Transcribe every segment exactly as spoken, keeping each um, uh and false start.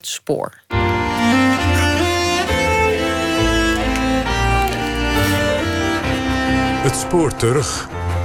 spoor. Het spoor terug.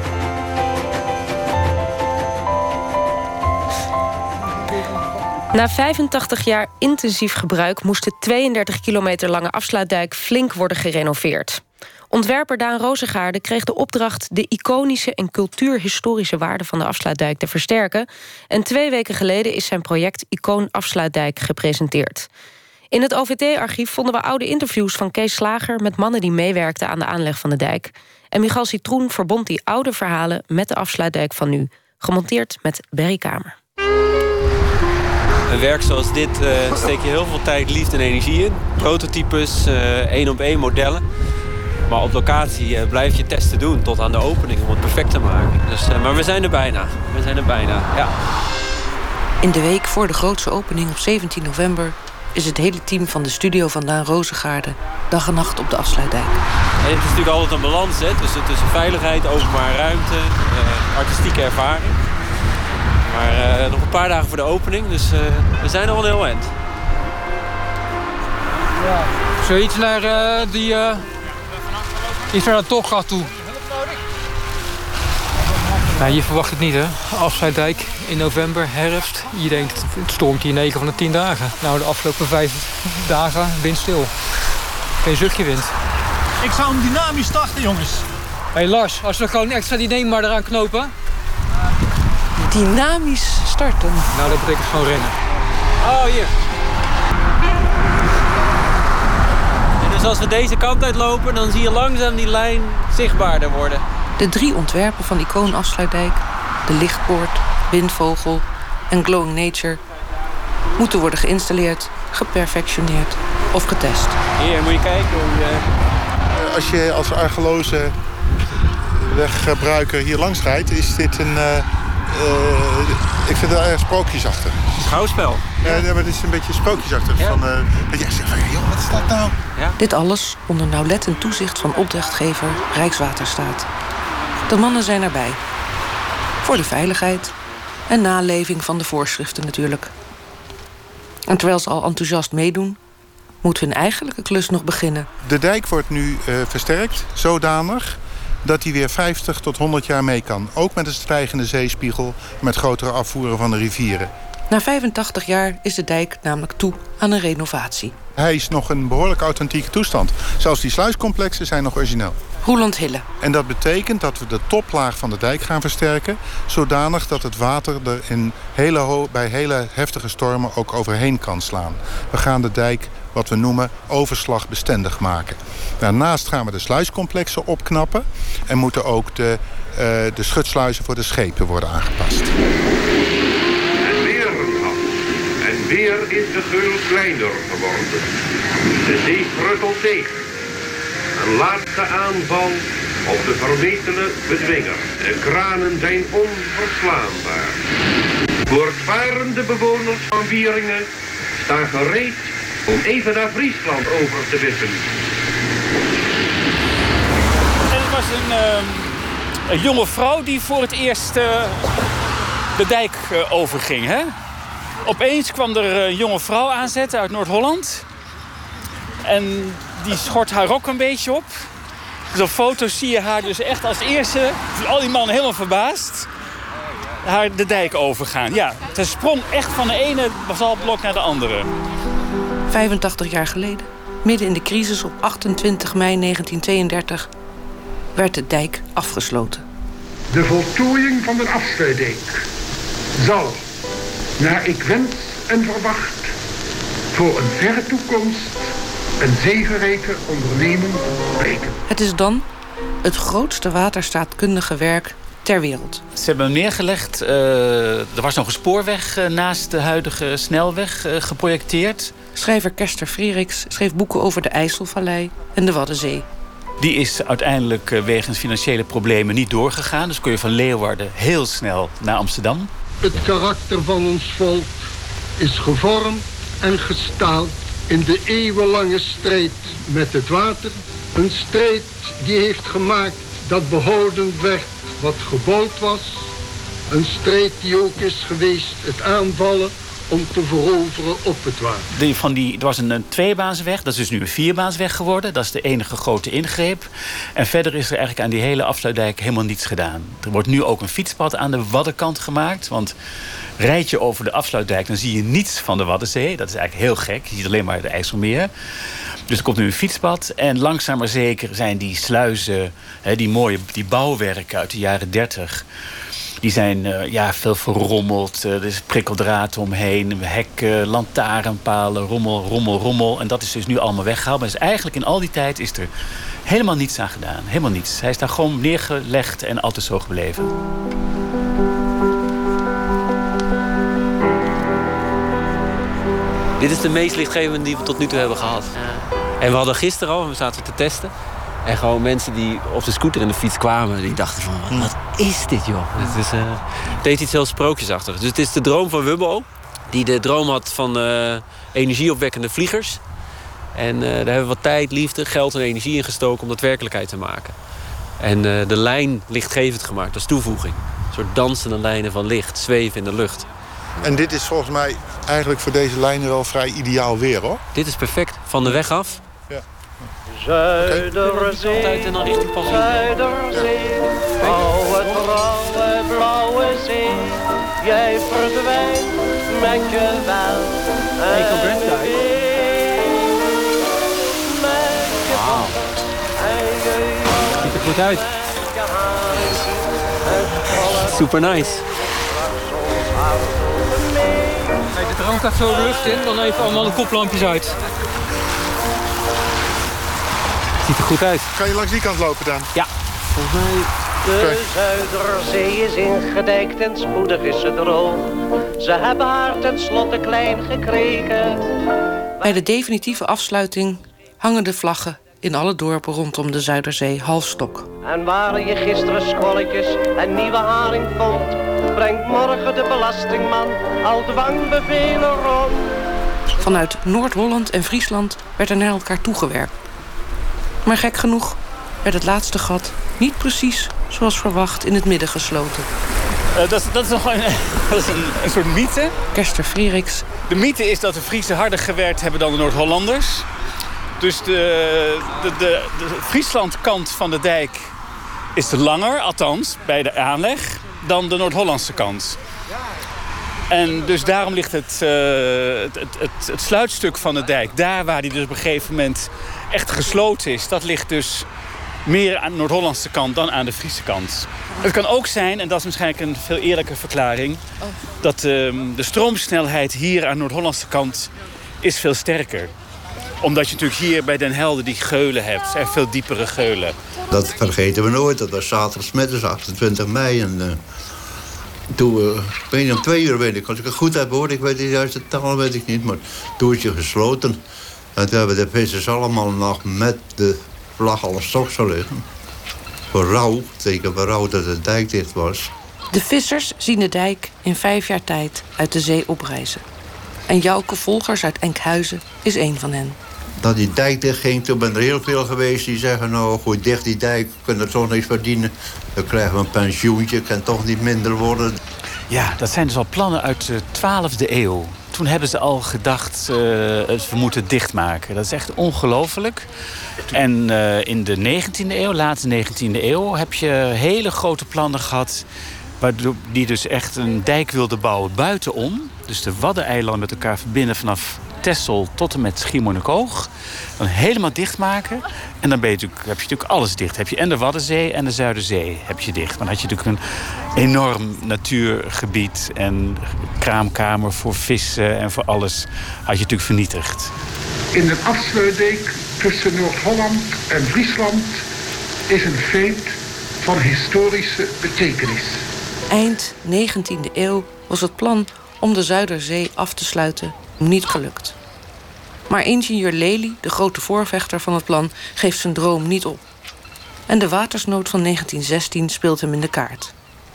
Na vijfentachtig jaar intensief gebruik moest de tweeëndertig kilometer lange afsluitdijk flink worden gerenoveerd. Ontwerper Daan Rozengaarde kreeg de opdracht de iconische en cultuurhistorische waarde van de afsluitdijk te versterken. En twee weken geleden is zijn project Icoon Afsluitdijk gepresenteerd. In het O V T-archief vonden we oude interviews van Kees Slager met mannen die meewerkten aan de aanleg van de dijk. En Michal Citroen verbond die oude verhalen met de afsluitdijk van nu. Gemonteerd met Berry Kamer. Een werk zoals dit uh, steek je heel veel tijd, liefde en energie in. Prototypes, uh, één op één modellen. Maar op locatie uh, blijf je testen doen tot aan de opening om het perfect te maken. Dus, uh, maar we zijn er bijna. We zijn er bijna, ja. In de week voor de grootste opening op zeventien november... is het hele team van de studio van Daan Rozengaarde dag en nacht op de afsluitdijk. En het is natuurlijk altijd een balans hè, tussen, tussen veiligheid, openbare ruimte, uh, artistieke ervaring. Maar uh, nog een paar dagen voor de opening, dus uh, we zijn al een heel eind. Ja. Zoiets naar uh, die... Uh, iets naar de Tolgracht toe. Nou, je verwacht het niet, hè? Afsluitdijk in november, herfst. Je denkt, het stormt hier negen van de tien dagen. Nou, de afgelopen vijf dagen windstil. Geen zuchtje wind. Ik zou hem dynamisch starten, jongens. Hé hey Lars, als we gewoon extra die neem maar eraan knopen. Dynamisch starten. Nou, dat betekent gewoon rennen. Oh, hier. En dus als we deze kant uitlopen, dan zie je langzaam die lijn zichtbaarder worden. De drie ontwerpen van Icoon Afsluitdijk, de lichtpoort, windvogel en Glowing Nature, moeten worden geïnstalleerd, geperfectioneerd of getest. Hier, moet je kijken hoe je... Als je als argeloze weggebruiker hier langs rijdt, is dit een... Uh, uh, ik vind het erg sprookjesachtig. Schouwspel. Ja, ja, maar het is een beetje sprookjesachtig. Ja. Van, uh, dat jij zegt van, joh, wat is dat nou? Ja. Dit alles onder nauwlettend toezicht van opdrachtgever Rijkswaterstaat. De mannen zijn erbij. Voor de veiligheid en naleving van de voorschriften natuurlijk. En terwijl ze al enthousiast meedoen, moet hun eigenlijke klus nog beginnen. De dijk wordt nu uh, versterkt, zodanig dat hij weer vijftig tot honderd jaar mee kan. Ook met een stijgende zeespiegel, met grotere afvoeren van de rivieren. Na vijfentachtig jaar is de dijk namelijk toe aan een renovatie. Hij is nog een behoorlijk authentieke toestand. Zelfs die sluiscomplexen zijn nog origineel. Roeland Hille. En dat betekent dat we de toplaag van de dijk gaan versterken, zodanig dat het water er in hele ho- bij hele heftige stormen ook overheen kan slaan. We gaan de dijk, wat we noemen, overslagbestendig maken. Daarnaast gaan we de sluiscomplexen opknappen en moeten ook de, uh, de schutsluizen voor de schepen worden aangepast. En weer een gat. En weer is de geul kleiner geworden. De zee pruttelt tegen. Een laatste aanval op de vermetele bedwinger. De kranen zijn onverslaanbaar. Voortvarende bewoners van Wieringen staan gereed om even naar Friesland over te wippen. En het was een, uh, een jonge vrouw die voor het eerst uh, de dijk uh, overging. Hè? Opeens kwam er een jonge vrouw aanzetten uit Noord-Holland. En die schort haar rok een beetje op. Dus op foto's zie je haar dus echt als eerste, al die mannen helemaal verbaasd, haar de dijk overgaan. Ja, ze sprong echt van de ene basaltblok naar de andere. vijfentachtig jaar geleden, midden in de crisis op achtentwintig mei negentien tweeëndertig, werd de dijk afgesloten. De voltooiing van de afsluitdijk zal, naar ik wens en verwacht, voor een verre toekomst een zegenrijke onderneming blijken. Het is dan het grootste waterstaatkundige werk ter wereld. Ze hebben hem neergelegd. Uh, er was nog een spoorweg uh, naast de huidige snelweg uh, geprojecteerd. Schrijver Kester Freeriks schreef boeken over de IJsselvallei en de Waddenzee. Die is uiteindelijk uh, wegens financiële problemen niet doorgegaan. Dus kon je van Leeuwarden heel snel naar Amsterdam. Het karakter van ons volk is gevormd en gestaald in de eeuwenlange strijd met het water. Een strijd die heeft gemaakt dat behouden werd wat gebouwd was. Een strijd die ook is geweest het aanvallen om te veroveren op het water. De, van die, het was een, een tweebaansweg, dat is dus nu een vierbaansweg geworden. Dat is de enige grote ingreep. En verder is er eigenlijk aan die hele afsluitdijk helemaal niets gedaan. Er wordt nu ook een fietspad aan de Waddenkant gemaakt. Want rijd je over de afsluitdijk, dan zie je niets van de Waddenzee. Dat is eigenlijk heel gek. Je ziet alleen maar de IJsselmeer. Dus er komt nu een fietspad. En langzaam maar zeker zijn die sluizen, hè, die mooie die bouwwerken uit de jaren dertig... die zijn uh, ja, veel verrommeld. Uh, er is prikkeldraad omheen, hekken, lantaarnpalen, rommel, rommel, rommel. En dat is dus nu allemaal weggehaald. Maar dus eigenlijk in al die tijd is er helemaal niets aan gedaan. Helemaal niets. Hij is daar gewoon neergelegd en altijd zo gebleven. Dit is de meest lichtgevende die we tot nu toe hebben gehad. En we hadden gisteren al, we zaten te testen. En gewoon mensen die op de scooter en de fiets kwamen, die dachten van, wat, wat is dit, joh? Het, is, uh, het heeft iets heel sprookjesachtigs. Dus het is de droom van Wubbo, die de droom had van uh, energieopwekkende vliegers. En uh, daar hebben we wat tijd, liefde, geld en energie in gestoken om dat werkelijkheid te maken. En uh, de lijn lichtgevend gemaakt als toevoeging. Een soort dansende lijnen van licht, zweven in de lucht. En dit is volgens mij eigenlijk voor deze lijnen wel vrij ideaal weer, hoor. Dit is perfect, van de weg af. Ja. Zuiderzee, altijd en dan richting Pas. Zuiderzee, oude trouwe blauwe zee. Jij verdwijnt met je wel. Ik kan Brent kijken. Wauw. Ziet er goed uit. Super nice. Kijk, de drank gaat zo de lucht in, dan even allemaal de koplampjes uit. Ziet er goed uit. Kan je langs die kant lopen dan? Ja, volgens mij. De Zuiderzee is ingedijkt en spoedig is ze droog. Ze hebben haar tenslotte klein gekregen. Bij de definitieve afsluiting hangen de vlaggen in alle dorpen rondom de Zuiderzee halfstok. En waar je gisteren skolletjes en nieuwe haring vond, brengt morgen de belastingman al dwangbevelen rond. Vanuit Noord-Holland en Friesland werd er naar elkaar toegewerkt. Maar gek genoeg werd het laatste gat niet precies zoals verwacht in het midden gesloten. Uh, dat, is, dat is nog een, dat is een, een soort mythe. Kester Freriks. De mythe is dat de Friesen harder gewerkt hebben dan de Noord-Hollanders. Dus de, de, de, de Frieslandkant van de dijk is langer, althans bij de aanleg, dan de Noord-Hollandse kant. En dus daarom ligt het, uh, het, het, het, het sluitstuk van de dijk, daar waar die dus op een gegeven moment echt gesloten is, dat ligt dus meer aan de Noord-Hollandse kant dan aan de Friese kant. Het kan ook zijn, en dat is waarschijnlijk een veel eerlijke verklaring, dat uh, de stroomsnelheid hier aan de Noord-Hollandse kant is veel sterker. Omdat je natuurlijk hier bij Den Helder die geulen hebt. En veel diepere geulen. Dat vergeten we nooit. Dat was zaterdagmiddag, achtentwintig mei. En uh, toen, uh, ik weet niet, om twee uur weet ik. Als ik het goed heb gehoord, ik weet de juiste taal, weet ik niet. Maar toen is je gesloten. En toen hebben de vissers allemaal nog met de vlag al stok zo liggen. Voor rouw, teken voor rouw dat de dijk dicht was. De vissers zien de dijk in vijf jaar tijd uit de zee oprijzen. En Jouke Volgers uit Enkhuizen is één van hen. Dat die dijk dicht ging, toen ben er heel veel geweest die zeggen, nou goed, dicht die dijk, we kunnen er toch niks verdienen. Dan krijgen we een pensioentje, kan toch niet minder worden. Ja, dat zijn dus al plannen uit de twaalfde eeuw. Toen hebben ze al gedacht, uh, we moeten dichtmaken. Dat is echt ongelooflijk. En uh, in de negentiende eeuw, late negentiende eeuw, heb je hele grote plannen gehad, waardoor die dus echt een dijk wilden bouwen buitenom. Dus de Waddeneilanden met elkaar verbinden vanaf Texel tot en met Schiermonnikoog. Dan helemaal dichtmaken. En dan ben je natuurlijk, heb je natuurlijk alles dicht. Heb je en de Waddenzee en de Zuiderzee heb je dicht. Dan had je natuurlijk een enorm natuurgebied en kraamkamer voor vissen en voor alles had je natuurlijk vernietigd. In de afsluitdijk tussen Noord-Holland en Friesland is een feit van historische betekenis. Eind negentiende eeuw was het plan om de Zuiderzee af te sluiten niet gelukt. Maar ingenieur Lely, de grote voorvechter van het plan, geeft zijn droom niet op. En de watersnood van negentien zestien speelt hem in de kaart.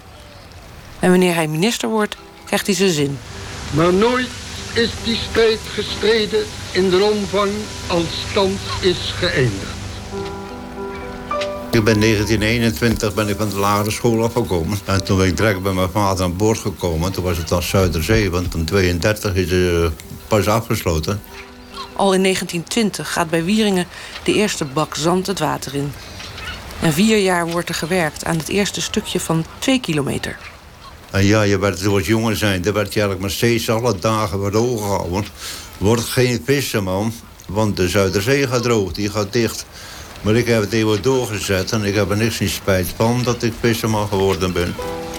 En wanneer hij minister wordt, krijgt hij zijn zin. Maar nooit is die strijd gestreden in de omvang als thans is geëindigd. Ik ben negentien eenentwintig ben ik van de lagere school afgekomen. En toen ben ik direct bij mijn vader aan boord gekomen. Toen was het dan Zuiderzee, want toen tweeëndertig is het pas afgesloten. Al in negentien twintig gaat bij Wieringen de eerste bak zand het water in. En vier jaar wordt er gewerkt aan het eerste stukje van twee kilometer. En ja, je werd zoals jongen zijn, daar werd je eigenlijk maar steeds alle dagen wat ogen gehouden. Wordt geen vissen, man, want de Zuiderzee gaat droog, die gaat dicht. Maar ik heb het eeuwig doorgezet en ik heb er niks in spijt van dat ik visserman geworden ben.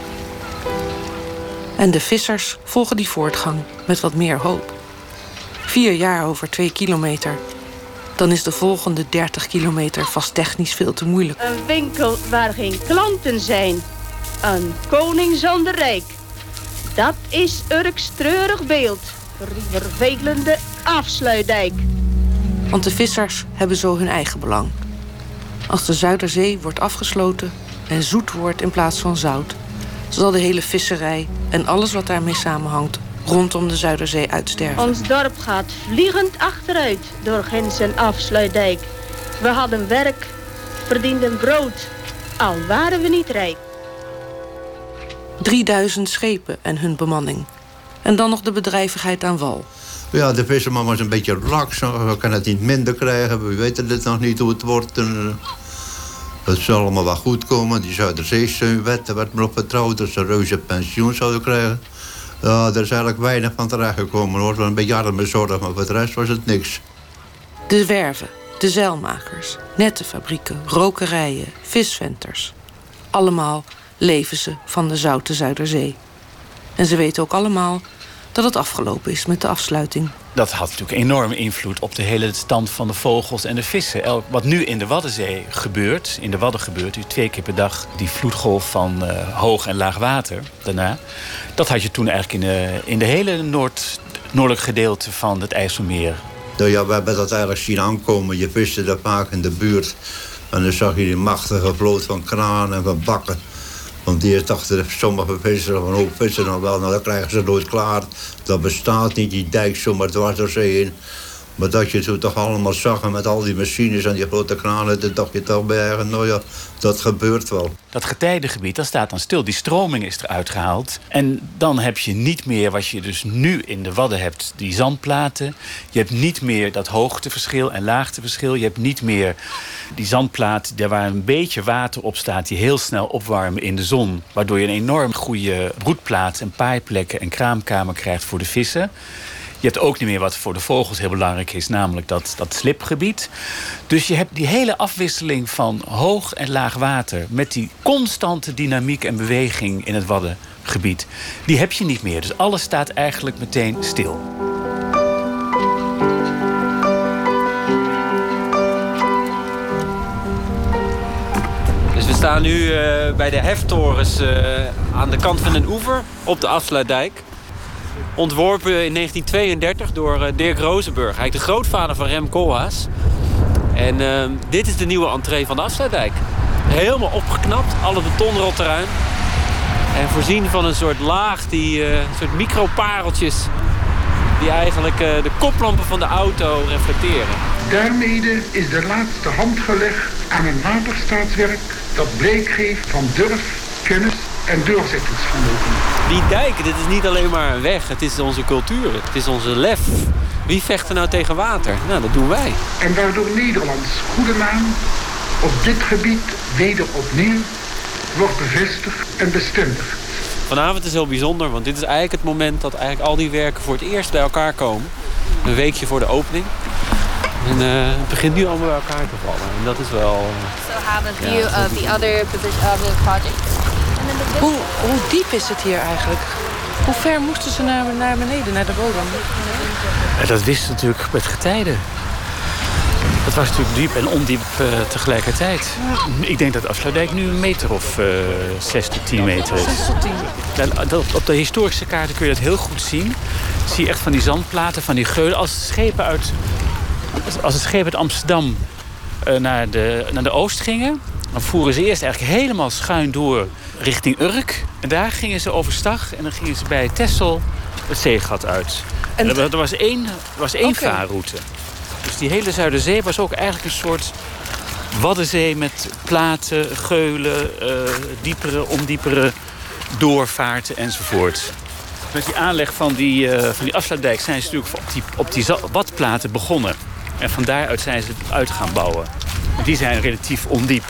En de vissers volgen die voortgang met wat meer hoop. Vier jaar over twee kilometer. Dan is de volgende dertig kilometer vast technisch veel te moeilijk. Een winkel waar geen klanten zijn. Een koning zonder rijk. Dat is Urks treurig beeld. Voor die vervelende afsluitdijk. Want de vissers hebben zo hun eigen belang. Als de Zuiderzee wordt afgesloten en zoet wordt in plaats van zout, zal de hele visserij en alles wat daarmee samenhangt rondom de Zuiderzee uitsterven. Ons dorp gaat vliegend achteruit door ginds en afsluitdijk. We hadden werk, verdienden brood, al waren we niet rijk. drieduizend schepen en hun bemanning. En dan nog de bedrijvigheid aan wal. Ja, de visserman was een beetje laks. We kunnen het niet minder krijgen. We weten dit nog niet hoe het wordt. En, het zal allemaal wel goed komen. Die Zuiderzeesteunwet, daar werd me op vertrouwd dat ze reuze pensioen zouden krijgen. Ja, er is eigenlijk weinig van terechtgekomen. Er was een beetje arme zorg, maar voor de rest was het niks. De werven, de zeilmakers, nettenfabrieken, rokerijen, visventers. Allemaal leven ze van de zoute Zuiderzee. En ze weten ook allemaal dat het afgelopen is met de afsluiting. Dat had natuurlijk enorme invloed op de hele stand van de vogels en de vissen. El- wat nu in de Waddenzee gebeurt, in de Wadden gebeurt, dus twee keer per dag die vloedgolf van uh, hoog en laag water daarna. Dat had je toen eigenlijk in de, in de hele noord, noordelijk gedeelte van het IJsselmeer. Nou ja, we hebben dat eigenlijk zien aankomen. Je viste daar vaak in de buurt. En dan zag je die machtige vloot van kranen en van bakken. Want die dachten sommige vissers van ook vissen nog wel, nou dat krijgen ze nooit klaar. Dat bestaat niet, die dijk zomaar dwars door zee in. Maar dat je toen toch allemaal zag en met al die machines en die grote kranen, dan dacht je toch bij eigen, nou ja, dat gebeurt wel. Dat getijdengebied, dat staat dan stil. Die stroming is eruit gehaald. En dan heb je niet meer wat je dus nu in de Wadden hebt, die zandplaten. Je hebt niet meer dat hoogteverschil en laagteverschil. Je hebt niet meer die zandplaat daar waar een beetje water op staat, die heel snel opwarmen in de zon. Waardoor je een enorm goede broedplaats en paaiplekken en kraamkamer krijgt voor de vissen. Je hebt ook niet meer wat voor de vogels heel belangrijk is, namelijk dat, dat slipgebied. Dus je hebt die hele afwisseling van hoog en laag water met die constante dynamiek en beweging in het Waddengebied. Die heb je niet meer. Dus alles staat eigenlijk meteen stil. Dus we staan nu uh, bij de heftorens uh, aan de kant van een oever op de Afsluitdijk. Ontworpen in negentien tweeëndertig door uh, Dirk Rozenburg. Eigenlijk de grootvader van Rem Koolhaas. En uh, dit is de nieuwe entree van de Afsluitdijk. Helemaal opgeknapt, alle beton rolt eruit. En voorzien van een soort laag, die uh, een soort micropareltjes die eigenlijk uh, de koplampen van de auto reflecteren. Daarmede is de laatste hand gelegd aan een waterstaatswerk dat blijk geeft van durf, kennis en doorzettingsvermogen. Die dijken, dit is niet alleen maar een weg, het is onze cultuur, het is onze lef. Wie vecht er nou tegen water? Nou, dat doen wij. En waardoor Nederlands goede naam op dit gebied weder opnieuw wordt bevestigd en bestendigd. Vanavond is heel bijzonder, want dit is eigenlijk het moment dat eigenlijk al die werken voor het eerst bij elkaar komen. Een weekje voor de opening. En uh, het begint nu allemaal bij elkaar te vallen. En dat is wel... Uh, so have a view ja, of the other position of the project. Hoe, hoe diep is het hier eigenlijk? Hoe ver moesten ze naar, naar beneden, naar de bodem? Ja, dat wist natuurlijk met getijden. Dat was natuurlijk diep en ondiep uh, tegelijkertijd. Ja. Ik denk dat de Afsluitdijk nu een meter of uh, zes tot tien meter is. zes tot tien. Ja, op de historische kaarten kun je dat heel goed zien. Zie je echt van die zandplaten, van die geulen. Als schepen uit, als het scheep uit Amsterdam uh, naar, de, naar de oost gingen, dan voeren ze eerst eigenlijk helemaal schuin door richting Urk. En daar gingen ze overstag en dan gingen ze bij Texel het zeegat uit. En er, er was één, er was één okay. vaarroute. Dus die hele Zuiderzee was ook eigenlijk een soort Waddenzee met platen, geulen, uh, diepere, ondiepere doorvaarten enzovoort. Met die aanleg van die, uh, van die afsluitdijk zijn ze natuurlijk op die, op die wadplaten begonnen. En van daaruit zijn ze uit gaan bouwen. En die zijn relatief ondiep.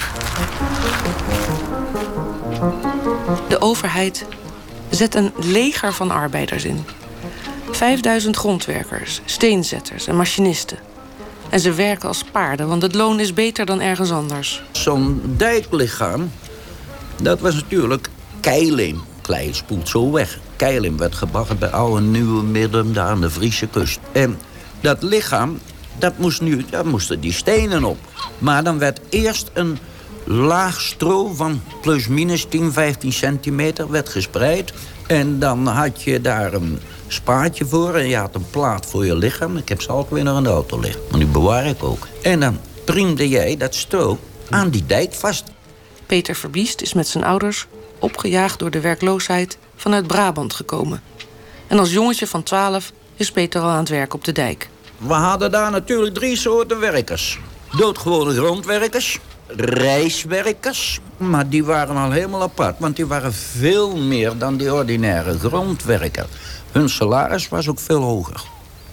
De overheid zet een leger van arbeiders in. Vijfduizend grondwerkers, steenzetters en machinisten. En ze werken als paarden, want het loon is beter dan ergens anders. Zo'n dijklichaam, dat was natuurlijk keilim. Klei spoelt zo weg. Keilim werd gebakken bij oude Nieuwe Midden, daar aan de Friese kust. En dat lichaam, dat moest nu, daar moesten die stenen op. Maar dan werd eerst een laag stro van plus minus tien, vijftien centimeter werd gespreid. En dan had je daar een spaatje voor en je had een plaat voor je lichaam. Ik heb ze altijd weer nog in de auto liggen, maar die bewaar ik ook. En dan priemde jij dat stro aan die dijk vast. Peter Verbiest is met zijn ouders opgejaagd door de werkloosheid vanuit Brabant gekomen. En als jongetje van twaalf is Peter al aan het werk op de dijk. We hadden daar natuurlijk drie soorten werkers. Doodgewone grondwerkers, reiswerkers. Maar die waren al helemaal apart, want die waren veel meer dan die ordinaire grondwerker. Hun salaris was ook veel hoger.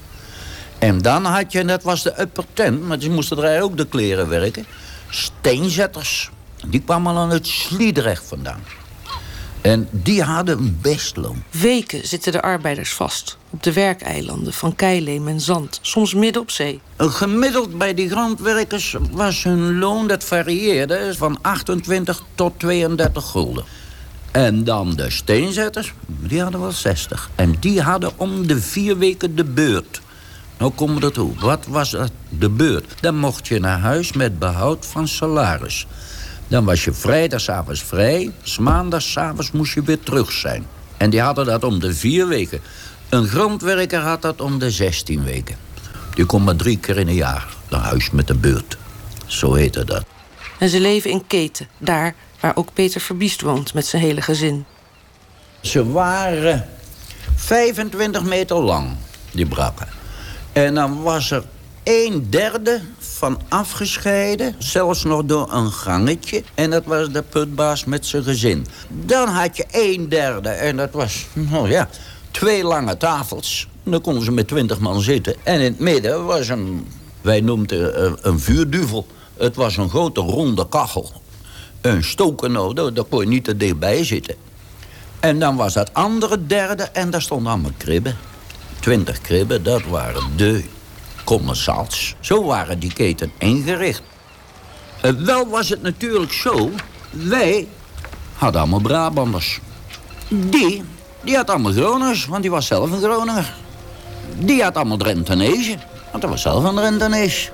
En dan had je, dat was de upper ten, maar die moesten er ook de kleren werken, steenzetters. Die kwamen al uit Sliedrecht vandaan. En die hadden een bestloon. Weken zitten de arbeiders vast op de werkeilanden van keileem en zand, soms midden op zee. Gemiddeld bij die grondwerkers was hun loon, dat varieerde van achtentwintig tot tweeëndertig gulden. En dan de steenzetters, die hadden wel zestig. En die hadden om de vier weken de beurt. Nou komen we ertoe. Wat was dat, de beurt? Dan mocht je naar huis met behoud van salaris. Dan was je vrijdagavond vrij, 's maandagsavonds moest je weer terug zijn. En die hadden dat om de vier weken. Een grondwerker had dat om de zestien weken. Die kon maar drie keer in een jaar naar huis met de beurt. Zo heette dat. En ze leven in Keten, daar waar ook Peter Verbiest woont met zijn hele gezin. Ze waren vijfentwintig meter lang, die brakken. En dan was er een derde van afgescheiden, zelfs nog door een gangetje. En dat was de putbaas met zijn gezin. Dan had je een derde en dat was, nou ja, twee lange tafels. Dan konden ze met twintig man zitten. En in het midden was een, wij noemden een, een vuurduvel. Het was een grote ronde kachel. Een stoken, nou, daar, daar kon je niet te dichtbij zitten. En dan was dat andere derde en daar stonden allemaal kribben. Twintig kribben, dat waren de commensaals. Zo waren die keten ingericht. Uh, wel was het natuurlijk zo, wij hadden allemaal Brabanders. Die, die had allemaal Groningers, want die was zelf een Groninger. Die had allemaal Drenthenezen, want hij was zelf een Drenthenees.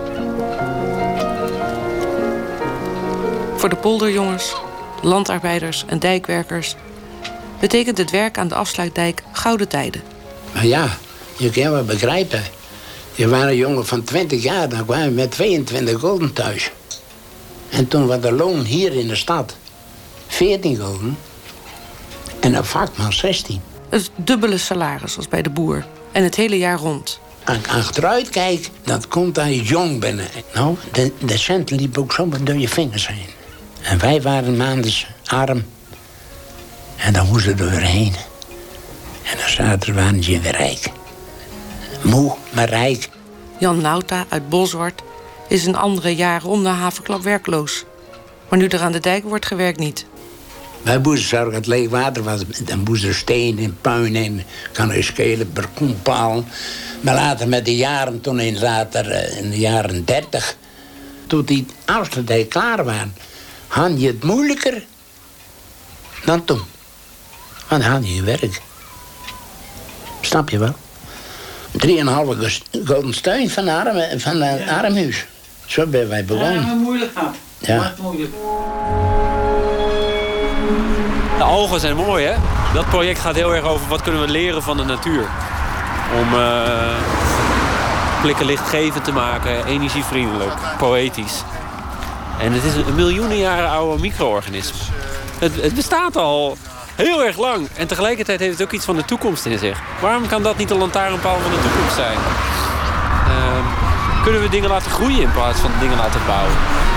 Voor de polderjongens, landarbeiders en dijkwerkers betekent het werk aan de afsluitdijk gouden tijden. Maar ja, je kan wel begrijpen. Je was een jongen van twintig jaar, dan kwam je met tweeëntwintig gulden thuis. En toen was de loon hier in de stad veertien gulden en een vakman zestien. Het dubbele salaris als bij de boer en het hele jaar rond. Als ik achteruit kijk, dat komt dat je jong bent. Nou, de, de cent liep ook zomaar door je vingers heen. En wij waren maandens arm. En dan moesten we doorheen. En dan zaten we aan je weer rijk. Moe, maar rijk. Jan Nauta uit Boswart is een andere jaren om de havenklap werkloos. Maar nu er aan de dijk wordt gewerkt niet. Wij moesten zorgen dat het leeg water was. Dan moesten er steen en puin in. Kan er schelen, balkonpalen. Maar later met de jaren, toen in, later, in de jaren dertig... toen die afsluitdijk klaar waren... had je het moeilijker dan toen. Want dan had je je werk. Snap je wel? Drieënhalve gulden steun van, arm, van een ja. armhuis. Zo ben wij begonnen. Ja, maar moeilijk gaat. Ja. Moeilijk. De algen zijn mooi, hè? Dat project gaat heel erg over wat kunnen we leren van de natuur. Om uh, blikken lichtgevend te maken, energievriendelijk, poëtisch. En het is een miljoenen jaren oude micro-organisme. Het, het bestaat al heel erg lang. En tegelijkertijd heeft het ook iets van de toekomst in zich. Waarom kan dat niet de lantaarnpaal van de toekomst zijn? Uh, kunnen we dingen laten groeien in plaats van dingen laten bouwen.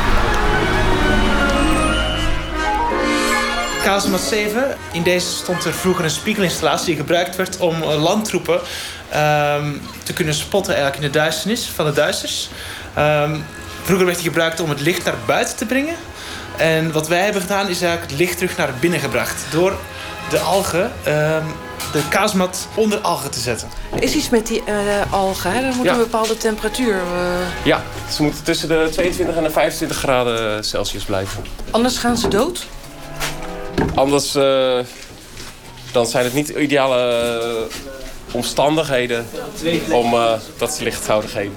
Kazemaat zeven. In deze stond er vroeger een spiegelinstallatie die gebruikt werd om landtroepen um, te kunnen spotten eigenlijk in de duisternis van de Duitsers. Um, vroeger werd die gebruikt om het licht naar buiten te brengen. En wat wij hebben gedaan is eigenlijk het licht terug naar binnen gebracht. Door de algen, um, de kazemaat onder algen te zetten. Er is iets met die uh, algen, hè? Er moet ja. een bepaalde temperatuur... Uh... Ja, ze moeten tussen de tweeëntwintig en de vijfentwintig graden Celsius blijven. Anders gaan ze dood? Anders uh, dan zijn het niet ideale uh, omstandigheden om uh, dat ze licht zouden geven.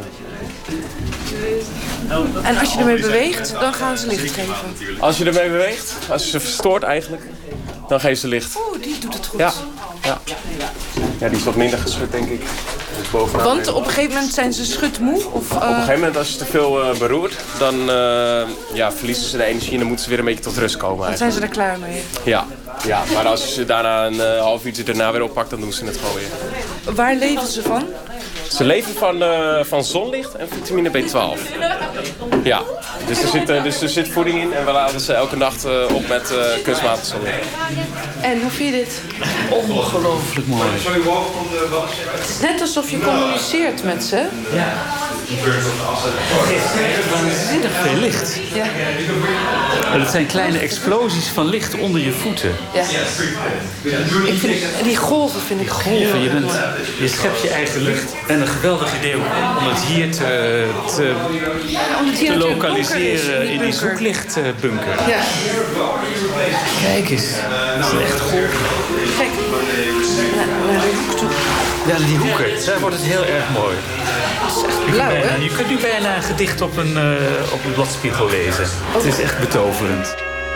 En als je ermee beweegt, dan gaan ze licht geven? Als je ermee beweegt, als je ze verstoort eigenlijk, dan geven ze licht. Oeh, die doet het goed. Ja, ja. ja die is wat minder geschud, denk ik. Want op een gegeven moment zijn ze schutmoe? Of, uh... Op een gegeven moment, als je te veel uh, beroert, dan uh, ja, verliezen ze de energie en dan moeten ze weer een beetje tot rust komen. Dan zijn ze er klaar mee? Ja, ja, maar als je ze daarna een uh, half uurtje erna weer oppakt, dan doen ze het gewoon weer. Waar leven ze van? Ze leven van, uh, van zonlicht en vitamine B twaalf. Ja, dus er, zit, uh, dus er zit voeding in en we laten ze elke nacht uh, op met uh, kunstmatig zonlicht. En hoe vind je dit? Ongelooflijk mooi. Het is net alsof je communiceert met ze. Ja. Waanzinnig veel licht. Ja. En het zijn kleine explosies van licht onder je voeten. Ja. Ik vind, die golven vind ik golven. Je, bent, je schept je eigen licht. En een geweldig idee om het hier te, te, ja, om het hier te lokaliseren is, in die zoeklichtbunker. Ja. Kijk eens, dat is echt golven. Kijk, naar de hoek toe. Ja, die hoeken, daar wordt het heel erg mooi. Het is echt blauw, je, bijna, hè? je kunt nu bijna een gedicht op een, uh, op een bladspiegel lezen. Oh. Het is echt betoverend.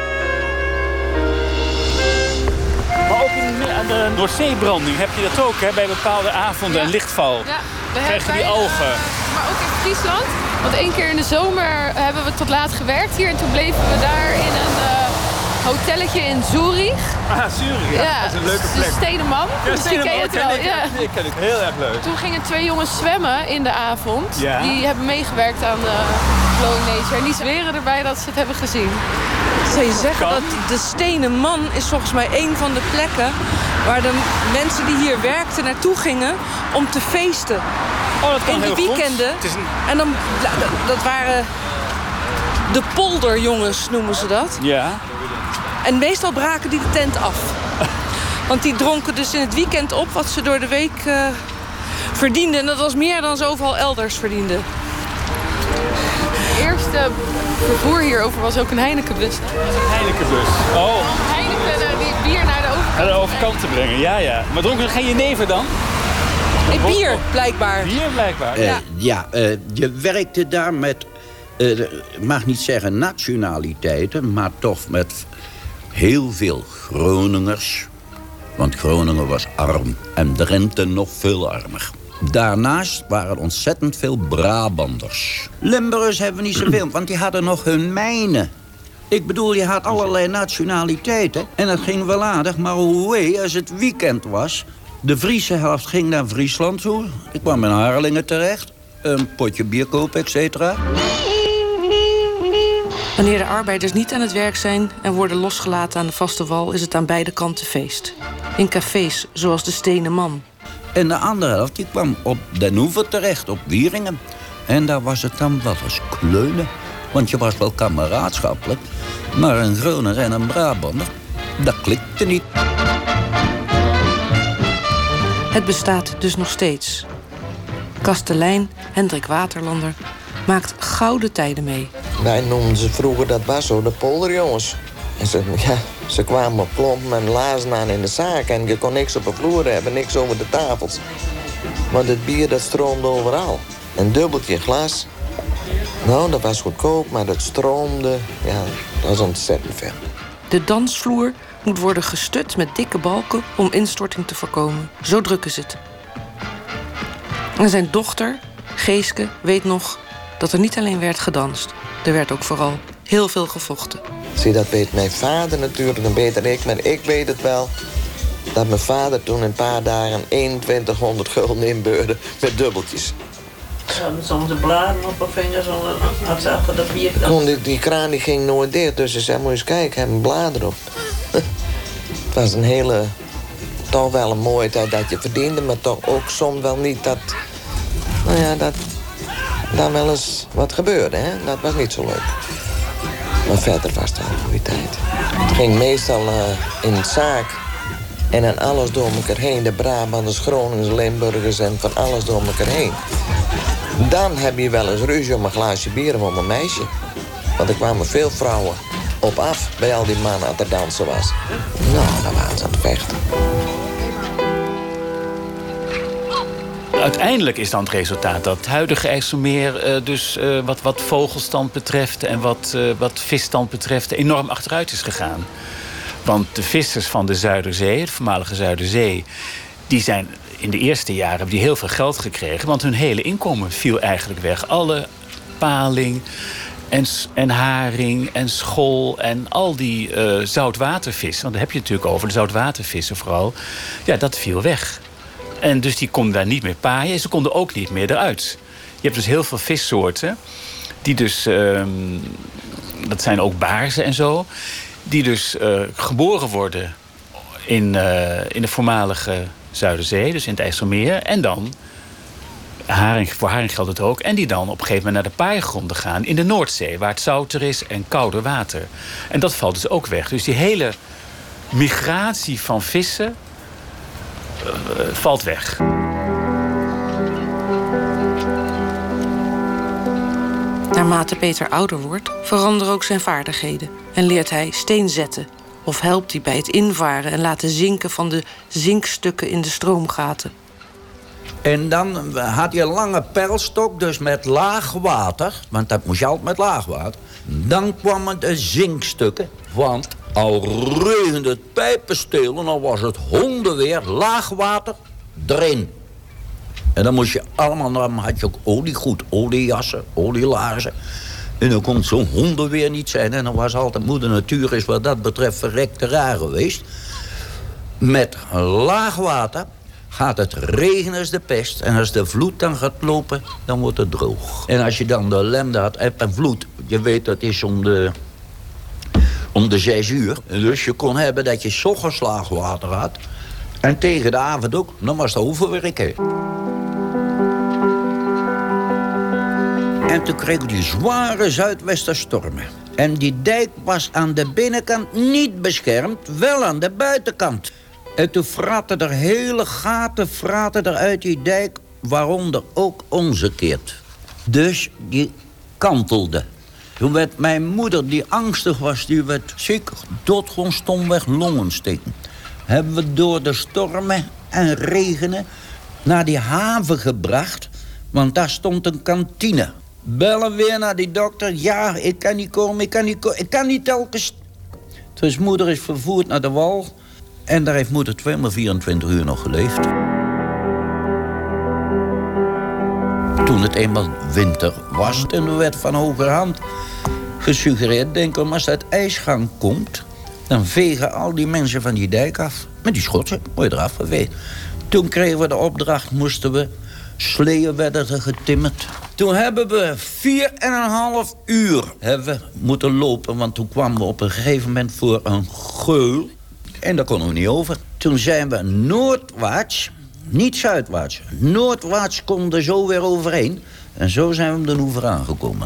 Maar ook in, aan de Noordzeebranding heb je dat ook, hè? Bij bepaalde avonden en ja. lichtval. Ja, we krijg je die algen. Uh, maar ook in Friesland. Want één keer in de zomer hebben we tot laat gewerkt hier. En toen bleven we daar in een uh, hotelletje in Zurich. Ah, Zurich, ja. ja. Dat is een leuke plek. De Steneman. Ja, Misschien ken je het wel. Ik, ja. Die ken ik heel erg leuk. Toen gingen twee jongens zwemmen in de avond. Ja. Die hebben meegewerkt aan uh, Glowing Nature. En die zweren erbij dat ze het hebben gezien. Zou je zeggen dat de Stenen Man is volgens mij een van de plekken waar de mensen die hier werkten naartoe gingen om te feesten. Oh, dat kan in de heel weekenden. Goed. Het is een... En dan, dat waren de polderjongens, noemen ze dat. Ja. En meestal braken die de tent af. Want die dronken dus in het weekend op wat ze door de week uh, verdienden. En dat was meer dan ze overal elders verdienden. Het eerste vervoer hierover was ook een Heinekenbus. Een Heinekenbus. Oh. Om Heineken die bier naar de overkant, naar de overkant te brengen. Ja, ja. Maar dronken er geen jenever dan? Nee, bier, blijkbaar. Bier, blijkbaar. Uh, ja, ja uh, je werkte daar met, uh, ik mag niet zeggen nationaliteiten, maar toch met heel veel Groningers. Want Groningen was arm en Drenthe nog veel armer. Daarnaast waren ontzettend veel Brabanders. Limburgers hebben we niet zoveel, want die hadden nog hun mijnen. Ik bedoel, je had allerlei nationaliteiten en dat ging wel aardig. Maar hoe als het weekend was, de Friese helft ging naar Friesland toe. Ik kwam in Harlingen terecht, een potje bier kopen, et cetera. Wanneer de arbeiders niet aan het werk zijn en worden losgelaten aan de vaste wal, is het aan beide kanten feest. In cafés zoals de Stenen Man. En de andere helft die kwam op Den Oever terecht, op Wieringen. En daar was het dan wat als kleunen. Want je was wel kameraadschappelijk. Maar een Groninger en een Brabander, dat klikte niet. Het bestaat dus nog steeds. Kastelein Hendrik Waterlander maakt gouden tijden mee. Wij noemden ze vroeger, dat was zo, de polderjongens. En ze, ja, ze kwamen op klompen en lazen aan in de zaak. En je kon niks op de vloer hebben, niks over de tafels. Want het bier dat stroomde overal. Een dubbeltje glas. Nou, dat was goedkoop, maar dat stroomde. Ja, dat was ontzettend veel. De dansvloer moet worden gestut met dikke balken om instorting te voorkomen. Zo druk is het. En zijn dochter, Geeske, weet nog dat er niet alleen werd gedanst. Er werd ook vooral heel veel gevochten. Zie, dat weet mijn vader natuurlijk, dan beter ik. Maar ik weet het wel, dat mijn vader toen een paar dagen eenentwintighonderd gulden inbeurde met dubbeltjes. dicht. Ja, soms de bladen op mijn vingers, had ze achter de bier. Kon die, die kraan die ging nooit dicht, dus ze zei, moet je eens kijken, heb een blader op. Het was een hele, toch wel een mooie tijd dat je verdiende, maar toch ook soms wel niet dat, nou ja, dat daar wel eens wat gebeurde, hè. Dat was niet zo leuk. Maar verder was het wel een goede tijd. Het ging meestal uh, in het zaak en dan alles door elkaar heen. De Brabanders, Groningers, Limburgers en van alles door elkaar heen. Dan heb je wel eens ruzie om een glaasje bier of om een meisje. Want er kwamen veel vrouwen op af bij al die mannen als er dansen was. Nou, dan waren ze aan het vechten. Uiteindelijk is dan het resultaat dat het huidige IJsselmeer uh, dus uh, wat, wat vogelstand betreft en wat, uh, wat visstand betreft enorm achteruit is gegaan. Want de vissers van de Zuiderzee, de voormalige Zuiderzee, die zijn in de eerste jaren hebben die heel veel geld gekregen, want hun hele inkomen viel eigenlijk weg. Alle paling en, en haring en schol en al die uh, zoutwatervissen, want daar heb je het natuurlijk over, de zoutwatervissen vooral, ja, dat viel weg. En dus die konden daar niet meer paaien. En ze konden ook niet meer eruit. Je hebt dus heel veel vissoorten. Die dus, uh, dat zijn ook baarzen en zo. Die dus uh, geboren worden in, uh, in de voormalige Zuiderzee. Dus in het IJsselmeer. En dan, haring, voor haring geldt het ook. En die dan op een gegeven moment naar de paaigronden gaan. In de Noordzee, waar het zouter is en kouder water. En dat valt dus ook weg. Dus die hele migratie van vissen Uh, valt weg. Naarmate Peter ouder wordt, veranderen ook zijn vaardigheden. En leert hij steen zetten. Of helpt hij bij het invaren en laten zinken van de zinkstukken in de stroomgaten. En dan had je een lange pijlstok, dus met laag water. Want dat moest je altijd met laag water. Dan kwamen de zinkstukken, want al regende het pijpenstelen, dan was het hondenweer, laag water, erin. En dan moest je allemaal, dan had je ook oliegoed, oliejassen, olielaarzen. En dan kon zo'n hondenweer niet zijn. En dan was altijd moeder natuur is wat dat betreft verrekte raar geweest. Met laag water gaat het regenen als de pest. En als de vloed dan gaat lopen, dan wordt het droog. En als je dan de ellende had, eb en vloed, je weet dat is om de... om de zes uur. Dus je kon hebben dat je 's ochtends laag water had. En tegen de avond ook. Dan was het overwerken. En toen kregen we die zware zuidwesterstormen. En die dijk was aan de binnenkant niet beschermd. Wel aan de buitenkant. En toen fraten er hele gaten fraten er uit die dijk. Waaronder ook onze keert. Dus die kantelde. Toen werd mijn moeder, die angstig was, die werd ziek. Dood gewoon stomweg longontsteking. Hebben we door de stormen en regenen naar die haven gebracht. Want daar stond een kantine. Bellen weer naar die dokter. Ja, ik kan niet komen, ik kan niet komen. Ik kan niet telkens. Dus moeder is vervoerd naar de wal. En daar heeft moeder tweehonderdvierentwintig uur nog geleefd. Toen het eenmaal winter was en er werd van hogerhand gesuggereerd, denk om als dat ijsgang komt, dan vegen al die mensen van die dijk af. Met die schotsen, mooi eraf geveegd. Toen kregen we de opdracht, moesten we, sleeën werden er getimmerd. Toen hebben we vier en een half uur hebben we moeten lopen, want toen kwamen we op een gegeven moment voor een geul. En daar konden we niet over. Toen zijn we noordwaarts, niet zuidwaarts, noordwaarts konden we zo weer overheen. En zo zijn we op de Oever aangekomen.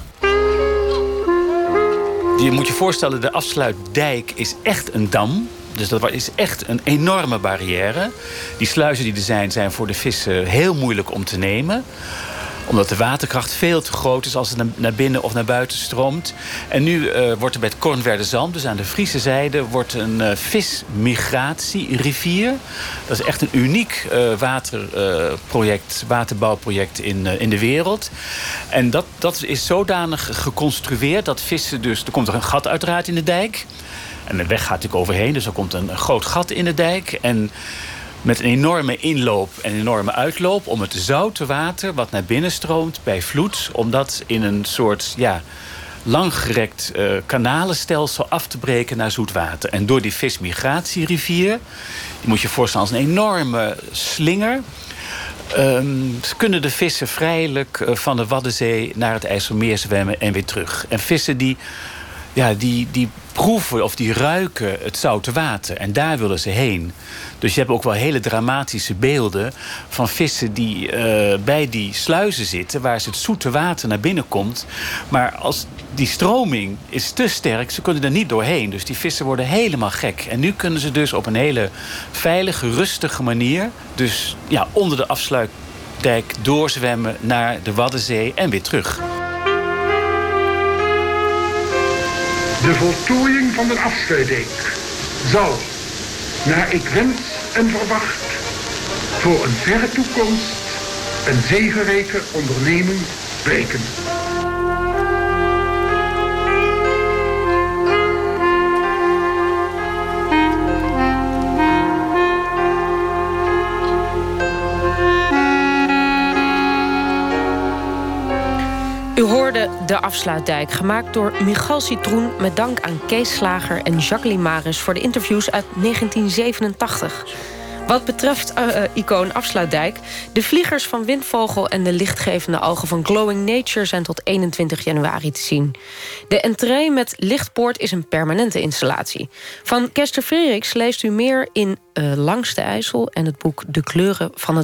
Je moet je voorstellen, de afsluitdijk is echt een dam. Dus dat is echt een enorme barrière. Die sluizen die er zijn, zijn voor de vissen heel moeilijk om te nemen. Omdat de waterkracht veel te groot is als het naar binnen of naar buiten stroomt. En nu uh, wordt er bij het Kornwerderzand, dus aan de Friese zijde, wordt een uh, vismigratierivier. Dat is echt een uniek uh, waterproject, uh, waterbouwproject in, uh, in de wereld. En dat, dat is zodanig geconstrueerd dat vissen dus... Er komt er een gat uiteraard in de dijk. En de weg gaat natuurlijk overheen, dus er komt een, een groot gat in de dijk. En met een enorme inloop en een enorme uitloop om het zoute water wat naar binnen stroomt bij vloed, om dat in een soort ja, langgerekt uh, kanalenstelsel af te breken naar zoet water. En door die vismigratierivier, die moet je je voorstellen als een enorme slinger, Um, kunnen de vissen vrijelijk uh, van de Waddenzee naar het IJsselmeer zwemmen en weer terug. En vissen die, ja, die, die proeven of die ruiken het zoute water. En daar willen ze heen. Dus je hebt ook wel hele dramatische beelden van vissen die uh, bij die sluizen zitten, waar het zoete water naar binnen komt. Maar als die stroming is te sterk, ze kunnen er niet doorheen. Dus die vissen worden helemaal gek. En nu kunnen ze dus op een hele veilige, rustige manier, dus ja, onder de afsluitdijk doorzwemmen naar de Waddenzee en weer terug. De voltooiing van de afsluitdijk zal, naar ik wens en verwacht, voor een verre toekomst een zegenrijke onderneming blijken. U hoorde De Afsluitdijk, gemaakt door Michal Citroen, met dank aan Kees Slager en Jacqueline Maris voor de interviews uit negentien zevenentachtig. Wat betreft uh, icoon Afsluitdijk, de vliegers van Windvogel en de lichtgevende algen van Glowing Nature zijn tot eenentwintig januari te zien. De entree met lichtpoort is een permanente installatie. Van Kester Frederiks leest u meer in uh, Langs de IJssel en het boek De kleuren van het